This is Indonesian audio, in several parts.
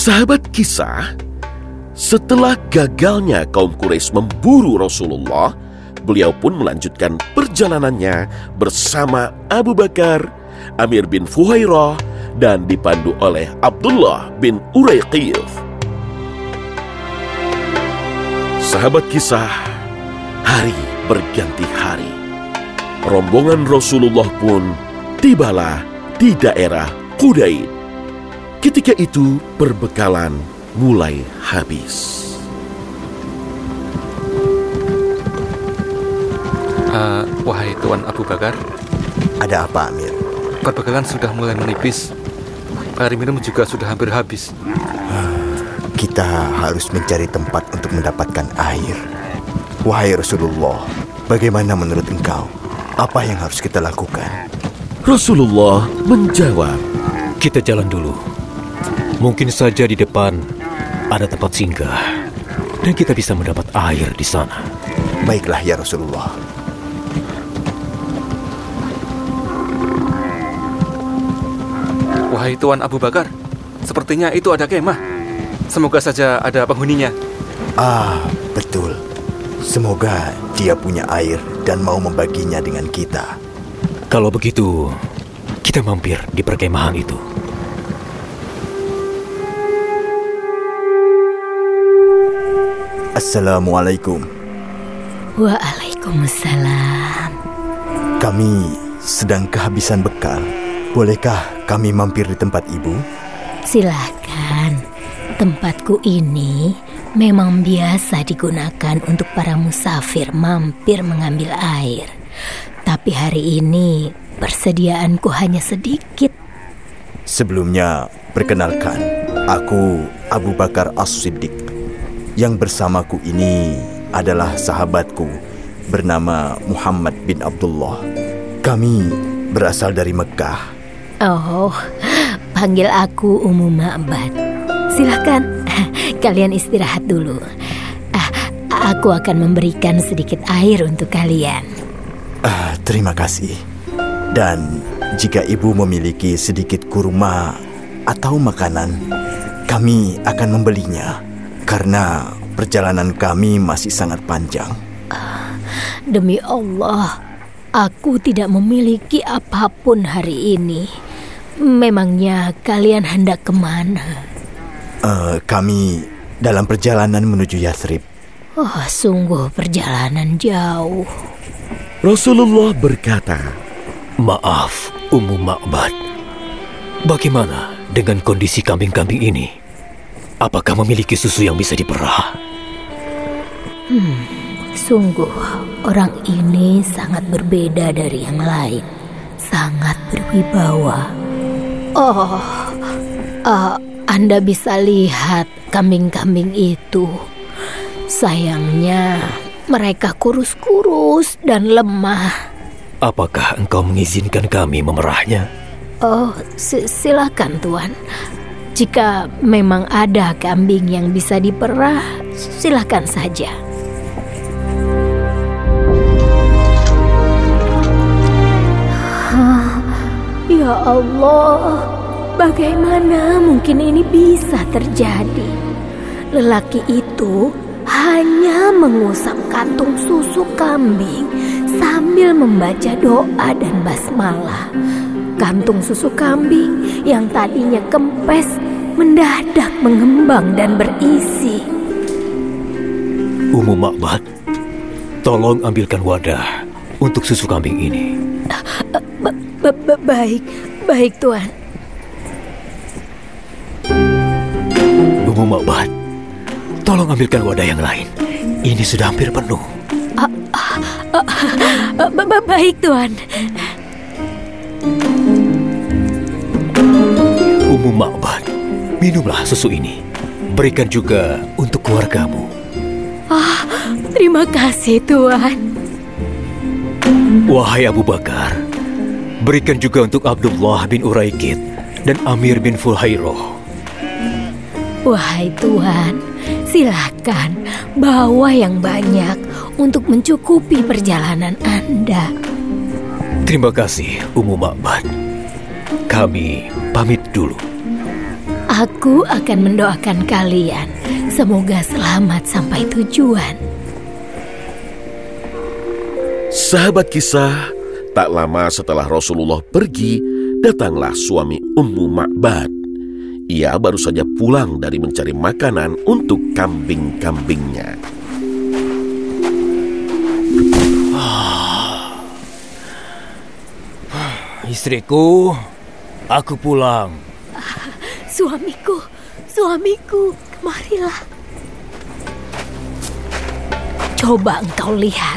Sahabat kisah, setelah gagalnya kaum Quraisy memburu Rasulullah, beliau pun melanjutkan perjalanannya bersama Abu Bakar, Amir bin Fuhairah, dan dipandu oleh Abdullah bin Uraiqith. Sahabat kisah, hari berganti hari. Rombongan Rasulullah pun tibalah di daerah Qudaid. Ketika itu perbekalan mulai habis. Wahai Tuan Abu Bakar, ada apa, Amir? Perbekalan sudah mulai menipis. Air minum juga sudah hampir habis. Kita harus mencari tempat untuk mendapatkan air. Wahai Rasulullah, bagaimana menurut engkau? Apa yang harus kita lakukan? Rasulullah menjawab, kita jalan dulu. Mungkin saja di depan ada tempat singgah dan kita bisa mendapat air di sana. Baiklah ya Rasulullah. Wahai Tuan Abu Bakar, sepertinya itu ada kemah. Semoga saja ada penghuninya. Betul. Semoga dia punya air dan mau membaginya dengan kita. Kalau begitu, kita mampir di perkemahan itu. Assalamualaikum. Waalaikumsalam. Kami sedang kehabisan bekal. Bolehkah kami mampir di tempat ibu? Silakan. Tempatku ini memang biasa digunakan untuk para musafir mampir mengambil air. Tapi hari ini persediaanku hanya sedikit. Sebelumnya, perkenalkan, aku Abu Bakar As-Siddiq. Yang bersamaku ini adalah sahabatku bernama Muhammad bin Abdullah. Kami berasal dari Mekah. Oh, panggil aku Ummu Ma'bad. Silakan, kalian istirahat dulu. Aku akan memberikan sedikit air untuk kalian. Terima kasih. Dan jika ibu memiliki sedikit kurma atau makanan, kami akan membelinya. Karena perjalanan kami masih sangat panjang. Demi Allah, aku tidak memiliki apapun hari ini. Memangnya kalian hendak kemana? Kami dalam perjalanan menuju Yathrib. Sungguh perjalanan jauh. Rasulullah berkata, Maaf, Ummu Ma'bad. Bagaimana dengan kondisi kambing-kambing ini? Apakah memiliki susu yang bisa diperah? Sungguh, orang ini sangat berbeda dari yang lain. Sangat berwibawa. Anda bisa lihat kambing-kambing itu. Sayangnya, mereka kurus-kurus dan lemah. Apakah engkau mengizinkan kami memerahnya? Silakan Tuan. Jika memang ada kambing yang bisa diperah, silakan saja. Ya Allah, bagaimana mungkin ini bisa terjadi? Lelaki itu hanya mengusap kantung susu kambing sambil membaca doa dan basmalah. Kantung susu kambing yang tadinya kempes mendadak mengembang dan berisi. Ummu Ma'bad, tolong ambilkan wadah untuk susu kambing ini. Baik Tuan. Ummu Ma'bad, tolong ambilkan wadah yang lain. Ini sudah hampir penuh. Baik Tuan. Ummu Ma'bad, minumlah susu ini. Berikan juga untuk keluargamu. Terima kasih Tuan. Wahai Abu Bakar, berikan juga untuk Abdullah bin Uraiqith dan Amir bin Fuhairah. Wahai Tuan, silakan bawa yang banyak untuk mencukupi perjalanan Anda. Terima kasih, Ummu Ma'bad. Kami pamit dulu. Aku akan mendoakan kalian. Semoga selamat sampai tujuan. Sahabat kisah, tak lama setelah Rasulullah pergi, datanglah suami Ummu Ma'bad. Ia baru saja pulang dari mencari makanan untuk kambing-kambingnya. Istriku, aku pulang. Suamiku, kemarilah. Coba engkau lihat.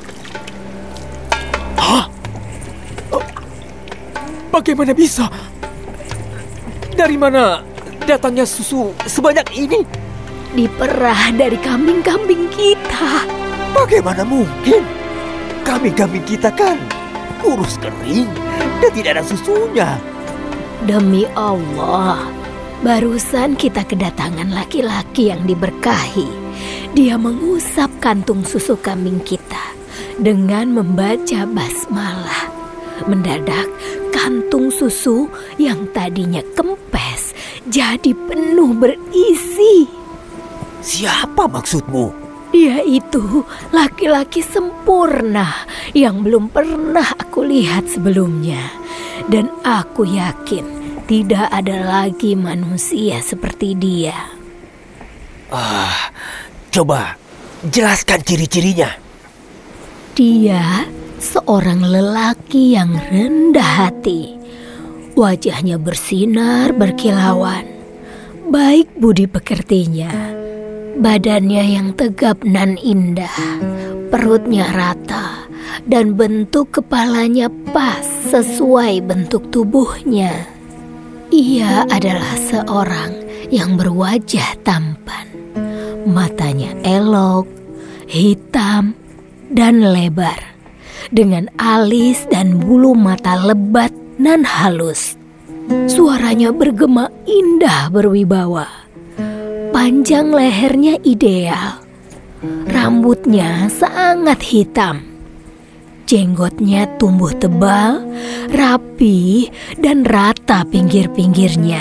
Bagaimana bisa? Dari mana datangnya susu sebanyak ini? Diperah dari kambing-kambing kita. Bagaimana mungkin? Kambing-kambing kita kan kurus kering dan tidak ada susunya. Demi Allah, barusan kita kedatangan laki-laki yang diberkahi. Dia mengusap kantung susu kambing kita dengan membaca basmalah. Mendadak kantung susu yang tadinya kempes jadi penuh berisi. Siapa maksudmu? Dia itu laki-laki sempurna yang belum pernah aku lihat sebelumnya. Dan aku yakin tidak ada lagi manusia seperti dia. Coba jelaskan ciri-cirinya. Dia seorang lelaki yang rendah hati. Wajahnya bersinar berkilauan. Baik budi pekertinya. Badannya yang tegap nan indah. Perutnya rata. Dan bentuk kepalanya pas sesuai bentuk tubuhnya. Ia adalah seorang yang berwajah tampan. Matanya elok, hitam, dan lebar. Dengan alis dan bulu mata lebat nan halus. Suaranya bergema indah berwibawa. Panjang lehernya ideal. Rambutnya sangat hitam. Jenggotnya tumbuh tebal, rapi, dan rata pinggir-pinggirnya.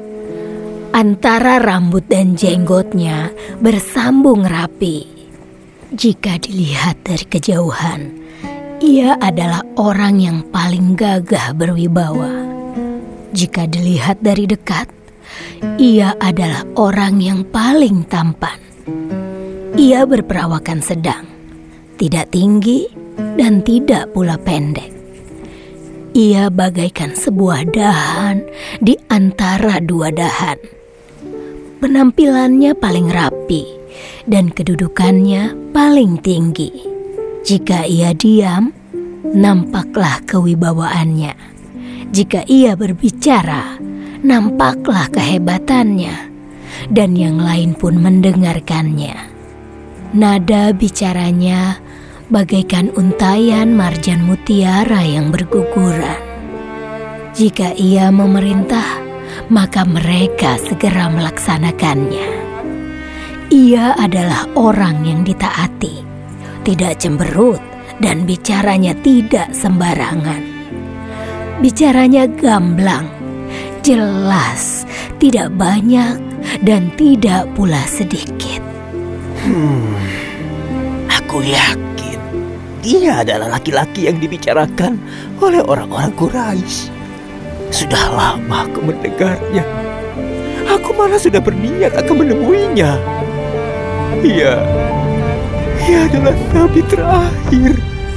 Antara rambut dan jenggotnya bersambung rapi. Jika dilihat dari kejauhan, ia adalah orang yang paling gagah berwibawa. Jika dilihat dari dekat, ia adalah orang yang paling tampan. Ia berperawakan sedang, tidak tinggi dan tidak pula pendek. Ia bagaikan sebuah dahan di antara dua dahan. Penampilannya paling rapi dan kedudukannya paling tinggi. Jika ia diam, nampaklah kewibawaannya. Jika ia berbicara, nampaklah kehebatannya. Dan yang lain pun mendengarkannya. Nada bicaranya bagaikan untayan marjan mutiara yang berguguran. Jika ia memerintah, maka mereka segera melaksanakannya. Ia adalah orang yang ditaati, tidak cemberut, dan bicaranya tidak sembarangan. Bicaranya gamblang, jelas, tidak banyak, dan tidak pula sedikit. Aku yakin dia adalah laki-laki yang dibicarakan oleh orang-orang Quraisy. Sudah lama aku mendengarnya. Aku malah sudah berniat akan menemuinya. Ia adalah nabi terakhir.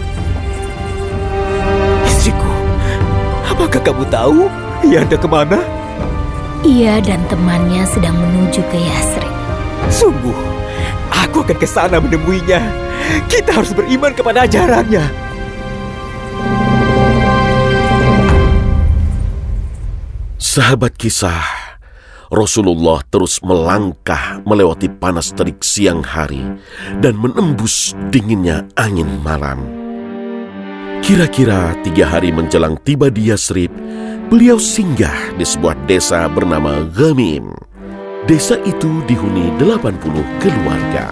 Istriku, apakah kamu tahu ia hendak kemana? Ia dan temannya sedang menuju ke Yasrib. Sungguh, aku akan ke sana menemuinya. Kita harus beriman kepada ajarannya. Sahabat kisah, Rasulullah terus melangkah melewati panas terik siang hari dan menembus dinginnya angin malam. Kira-kira 3 hari menjelang tiba di Yasrib, beliau singgah di sebuah desa bernama Ghamim. Desa itu dihuni 80 keluarga.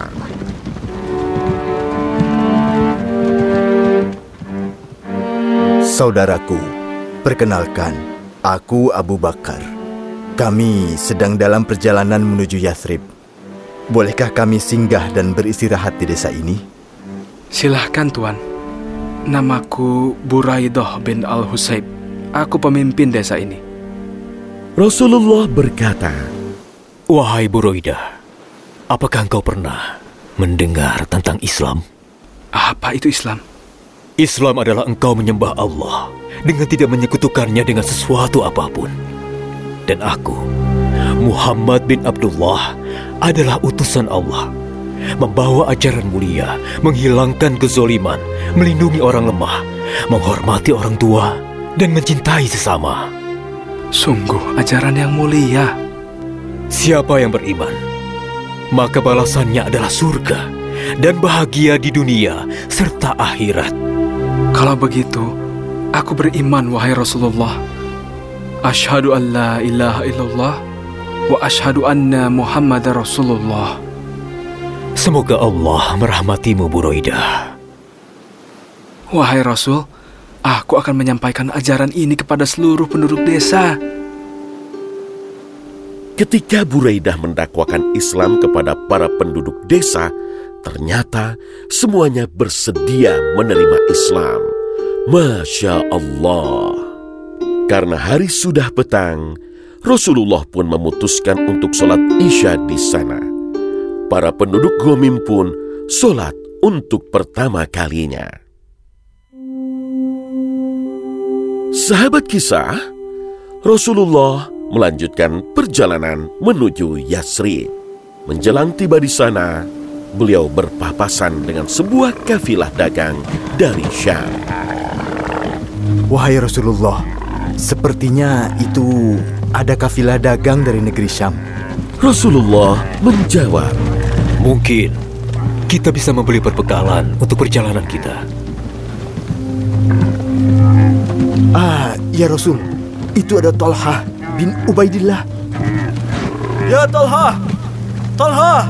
Saudaraku, perkenalkan, aku Abu Bakar. Kami sedang dalam perjalanan menuju Yathrib. Bolehkah kami singgah dan beristirahat di desa ini? Silahkan Tuan. Namaku Buraidah bin Al-Husayb. Aku pemimpin desa ini. Rasulullah berkata, Wahai Buraidah, apakah engkau pernah mendengar tentang Islam? Apa itu Islam? Islam adalah engkau menyembah Allah dengan tidak menyekutukannya dengan sesuatu apapun. Dan aku, Muhammad bin Abdullah, adalah utusan Allah, membawa ajaran mulia, menghilangkan kezoliman, melindungi orang lemah, menghormati orang tua, dan mencintai sesama. Sungguh ajaran yang mulia. Siapa yang beriman, maka balasannya adalah surga dan bahagia di dunia serta akhirat. Kalau begitu, aku beriman, wahai Rasulullah. Asyhadu an la ilaha illallah wa asyhadu anna Muhammadar Rasulullah. Semoga Allah merahmatimu, Buraidah. Wahai Rasul, aku akan menyampaikan ajaran ini kepada seluruh penduduk desa. Ketika Buraidah mendakwakan Islam kepada para penduduk desa, ternyata semuanya bersedia menerima Islam. Masya Allah. Karena hari sudah petang, Rasulullah pun memutuskan untuk sholat Isya di sana. Para penduduk Ghamim pun sholat untuk pertama kalinya. Sahabat kisah, Rasulullah melanjutkan perjalanan menuju Yathrib. Menjelang tiba di sana, beliau berpapasan dengan sebuah kafilah dagang dari Syam. Wahai Rasulullah, sepertinya itu ada kafilah dagang dari negeri Syam. Rasulullah menjawab, Mungkin kita bisa membeli perbekalan untuk perjalanan kita. Ya Rasul, itu ada Talha bin Ubaidillah. Ya Talha! Talha!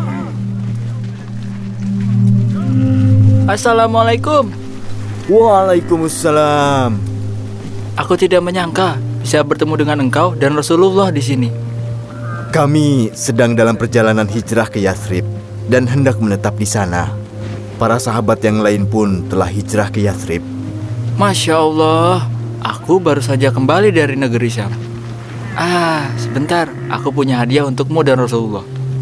Assalamualaikum. Waalaikumsalam. Aku tidak menyangka bisa bertemu dengan engkau dan Rasulullah di sini. Kami sedang dalam perjalanan hijrah ke Yathrib dan hendak menetap di sana. Para sahabat yang lain pun telah hijrah ke Yathrib. Masya Allah, aku baru saja kembali dari negeri Syam. Sebentar, aku punya hadiah untukmu dan Rasulullah.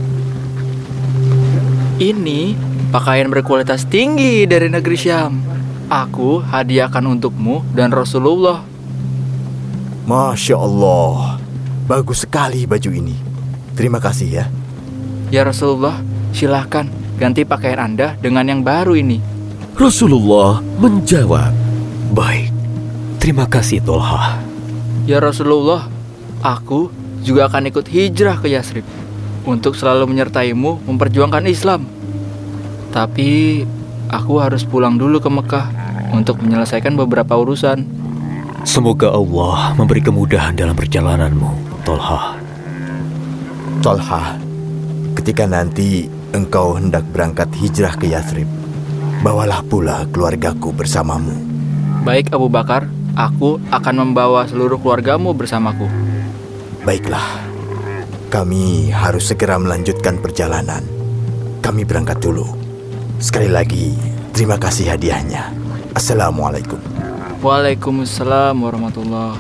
Ini pakaian berkualitas tinggi dari negeri Syam. Aku hadiahkan untukmu dan Rasulullah. Masya Allah, bagus sekali baju ini. Terima kasih ya. Ya Rasulullah, silahkan ganti pakaian Anda dengan yang baru ini. Rasulullah menjawab, Baik, terima kasih Talha. Ya Rasulullah, aku juga akan ikut hijrah ke Yathrib untuk selalu menyertaimu memperjuangkan Islam. Tapi aku harus pulang dulu ke Mekah untuk menyelesaikan beberapa urusan. Semoga Allah memberi kemudahan dalam perjalananmu, Talha. Talha, ketika nanti engkau hendak berangkat hijrah ke Yathrib, bawalah pula keluargaku bersamamu. Baik Abu Bakar, aku akan membawa seluruh keluargamu bersamaku. Baiklah, kami harus segera melanjutkan perjalanan. Kami berangkat dulu. Sekali lagi, terima kasih hadiahnya. Assalamualaikum. Waalaikumsalam warahmatullahi.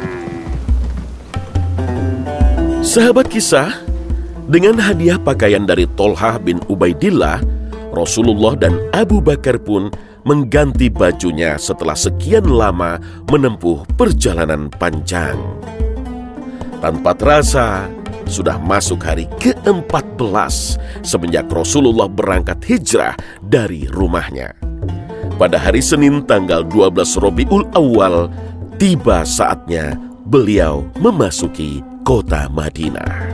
Sahabat kisah, dengan hadiah pakaian dari Talha bin Ubaidillah, Rasulullah dan Abu Bakar pun mengganti bajunya setelah sekian lama menempuh perjalanan panjang. Tanpa terasa, sudah masuk hari ke-14 semenjak Rasulullah berangkat hijrah dari rumahnya. Pada hari Senin tanggal 12 Rabiul Awal, tiba saatnya beliau memasuki kota Madinah.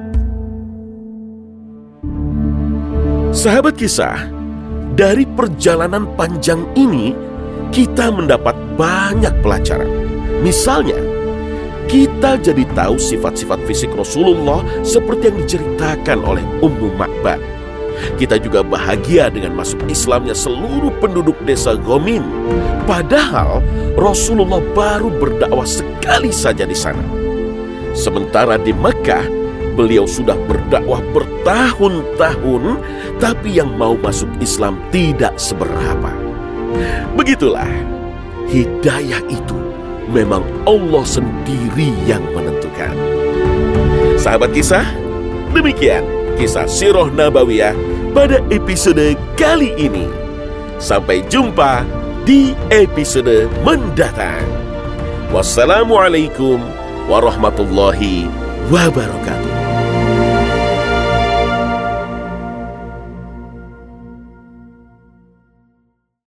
Sahabat kisah, dari perjalanan panjang ini kita mendapat banyak pelajaran. Misalnya, kita jadi tahu sifat-sifat fisik Rasulullah seperti yang diceritakan oleh Ummu Ma'bad. Kita juga bahagia dengan masuk Islamnya seluruh penduduk desa Ghamim. Padahal Rasulullah baru berdakwah sekali saja di sana. Sementara di Mekah, beliau sudah berdakwah bertahun-tahun, tapi yang mau masuk Islam tidak seberapa. Begitulah, hidayah itu memang Allah sendiri yang menentukan. Sahabat kisah, demikian kisah Sirah Nabawiyah pada episode kali ini. Sampai jumpa di episode mendatang. Wassalamualaikum warahmatullahi wabarakatuh.